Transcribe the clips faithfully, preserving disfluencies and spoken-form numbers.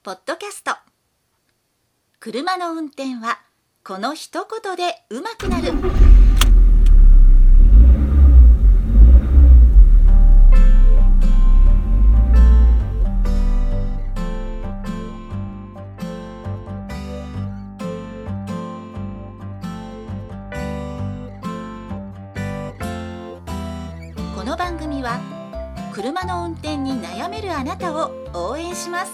ポッドキャスト。車の運転はこの一言で上手くなる。この番組は車の運転に悩めるあなたを応援します。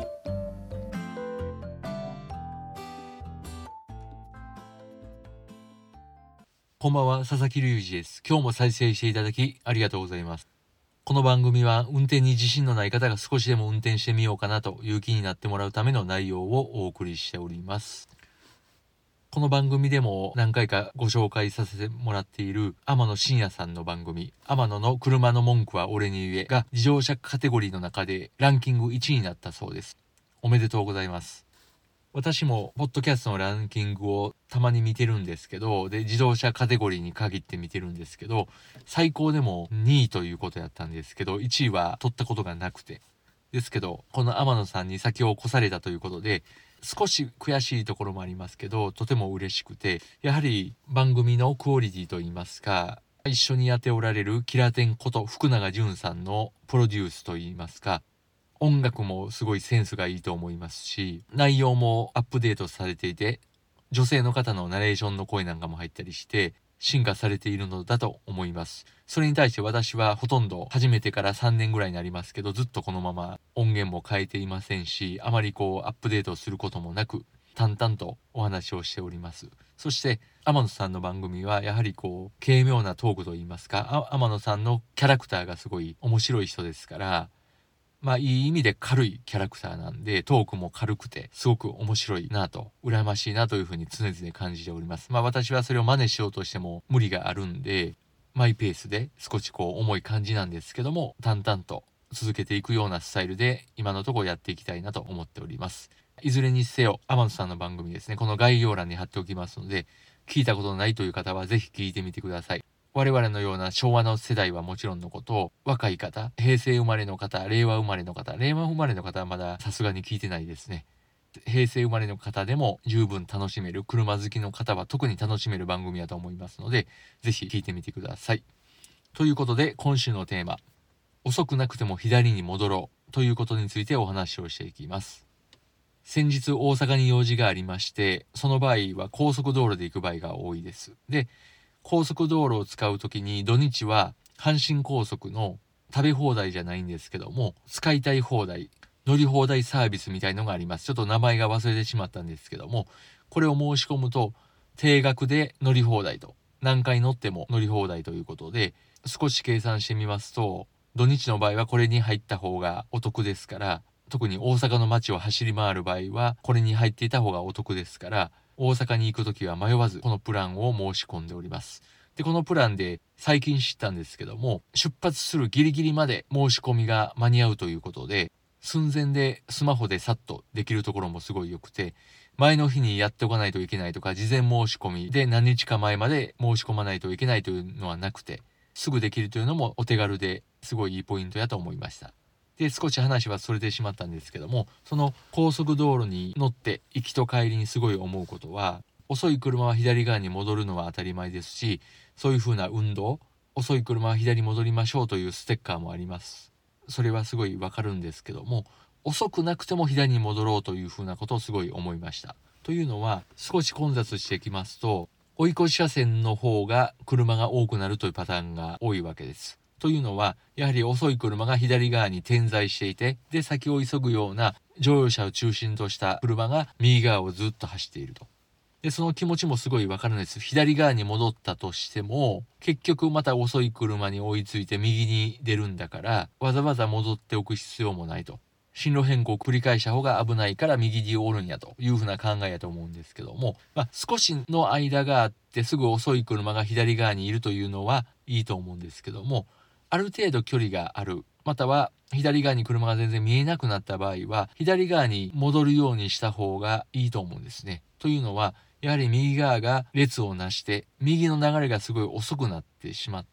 こんばんは、佐々木隆二です。今日も再生していただきありがとうございます。この番組は運転に自信のない方が少しでも運転してみようかなという気になってもらうための内容をお送りしております。この番組でも何回かご紹介させてもらっている天野真也さんの番組、天野の車の文句は俺に言えが自動車カテゴリーの中でランキングいちいになったそうです。おめでとうございます。私もポッドキャストのランキングをたまに見てるんですけど、で自動車カテゴリーに限って見てるんですけど、最高でもにいということやったんですけど、いちいは取ったことがなくて、ですけどこの天野さんに先を越されたということで少し悔しいところもありますけど、とても嬉しくて、やはり番組のクオリティといいますか、一緒にやっておられるキラテンこと福永潤さんのプロデュースといいますか、音楽もすごいセンスがいいと思いますし、内容もアップデートされていて、女性の方のナレーションの声なんかも入ったりして進化されているのだと思います。それに対して私はほとんど始めてからさんねんぐらいになりますけど、ずっとこのまま音源も変えていませんし、あまりこうアップデートすることもなく淡々とお話をしております。そして天野さんの番組はやはりこう軽妙なトークといいますか、天野さんのキャラクターがすごい面白い人ですから、まあいい意味で軽いキャラクターなんで、トークも軽くてすごく面白いなと、羨ましいなというふうに常々感じております。まあ私はそれを真似しようとしても無理があるんで、マイペースで少しこう重い感じなんですけども、淡々と続けていくようなスタイルで今のところやっていきたいなと思っております。いずれにせよ天野さんの番組ですね、この概要欄に貼っておきますので、聞いたことのないという方はぜひ聞いてみてください。我々のような昭和の世代はもちろんのこと、若い方、平成生まれの方、令和生まれの方、令和生まれの方はまださすがに聞いてないですね。平成生まれの方でも十分楽しめる、車好きの方は特に楽しめる番組だと思いますので、ぜひ聞いてみてください。ということで今週のテーマ、遅くなくても左に戻ろうということについてお話をしていきます。先日大阪に用事がありまして、その場合は高速道路で行く場合が多いです。で、高速道路を使うときに土日は阪神高速の食べ放題じゃないんですけども、使いたい放題、乗り放題サービスみたいのがあります。ちょっと名前が忘れてしまったんですけども、これを申し込むと定額で乗り放題と、何回乗っても乗り放題ということで、少し計算してみますと、土日の場合はこれに入った方がお得ですから、特に大阪の街を走り回る場合はこれに入っていた方がお得ですから、大阪に行くときは迷わずこのプランを申し込んでおります。で、このプランで最近知ったんですけども、出発するギリギリまで申し込みが間に合うということで、寸前でスマホでさっとできるところもすごい良くて、前の日にやっておかないといけないとか、事前申し込みで何日か前まで申し込まないといけないというのはなくて、すぐできるというのもお手軽ですごいいいポイントやと思いました。で、少し話はそれてしまったんですけども、その高速道路に乗って行きと帰りにすごい思うことは、遅い車は左側に戻るのは当たり前ですし、そういう風な運動、遅い車は左に戻りましょうというステッカーもあります。それはすごいわかるんですけども、遅くなくても左に戻ろうという風なことをすごい思いました。というのは、少し混雑してきますと、追い越し車線の方が車が多くなるというパターンが多いわけです。というのは、やはり遅い車が左側に点在していて、で先を急ぐような乗用車を中心とした車が右側をずっと走っていると。で、その気持ちもすごいわかるんです。左側に戻ったとしても、結局また遅い車に追いついて右に出るんだから、わざわざ戻っておく必要もないと。進路変更を繰り返した方が危ないから右におるんやというふうな考えやと思うんですけども、まあ、少しの間があってすぐ遅い車が左側にいるというのはいいと思うんですけども、ある程度距離がある、または左側に車が全然見えなくなった場合は左側に戻るようにした方がいいと思うんですね。というのは、やはり右側が列をなして右の流れがすごい遅くなってしまって、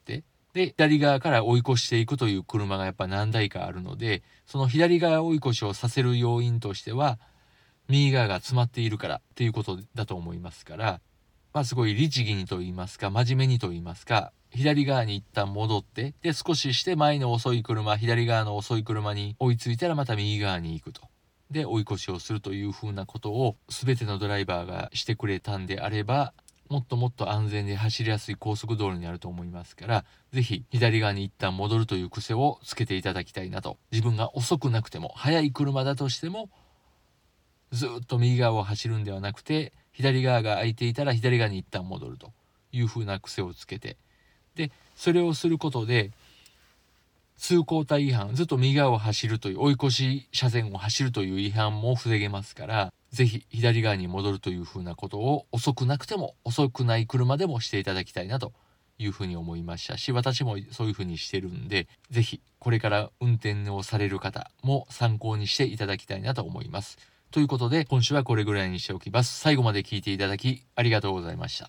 で、左側から追い越していくという車がやっぱ何台かあるので、その左側追い越しをさせる要因としては、右側が詰まっているからっていうことだと思いますから、まあすごい律儀にと言いますか、真面目にと言いますか、左側に一旦戻って、で、少しして前の遅い車、左側の遅い車に追いついたらまた右側に行くと。で、追い越しをするというふうなことを全てのドライバーがしてくれたんであれば、もっともっと安全で走りやすい高速道路になると思いますから、ぜひ左側に一旦戻るという癖をつけていただきたいなと。自分が遅くなくても、速い車だとしても、ずっと右側を走るんではなくて、左側が空いていたら左側に一旦戻るというふうな癖をつけて、で、それをすることで、通行帯違反、ずっと右側を走るという、追い越し車線を走るという違反も防げますから、ぜひ左側に戻るというふうなことを遅くなくても、遅くない車でもしていただきたいなというふうに思いましたし、私もそういうふうにしてるんで、ぜひこれから運転をされる方も参考にしていただきたいなと思います。ということで、今週はこれぐらいにしておきます。最後まで聞いていただきありがとうございました。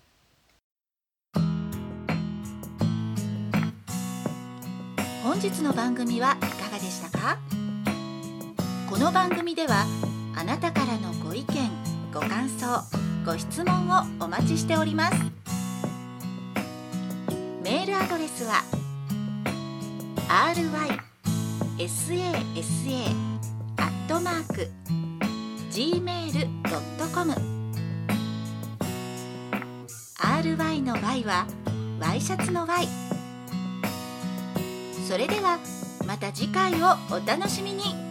本日の番組はいかがでしたか？この番組ではあなたからのご意見、ご感想、ご質問をお待ちしております。メールアドレスは アールワイエスエーエスエー アットマーク ジーメール ドットコム アールワイ の Y はワイシャツの Y。それではまた次回をお楽しみに。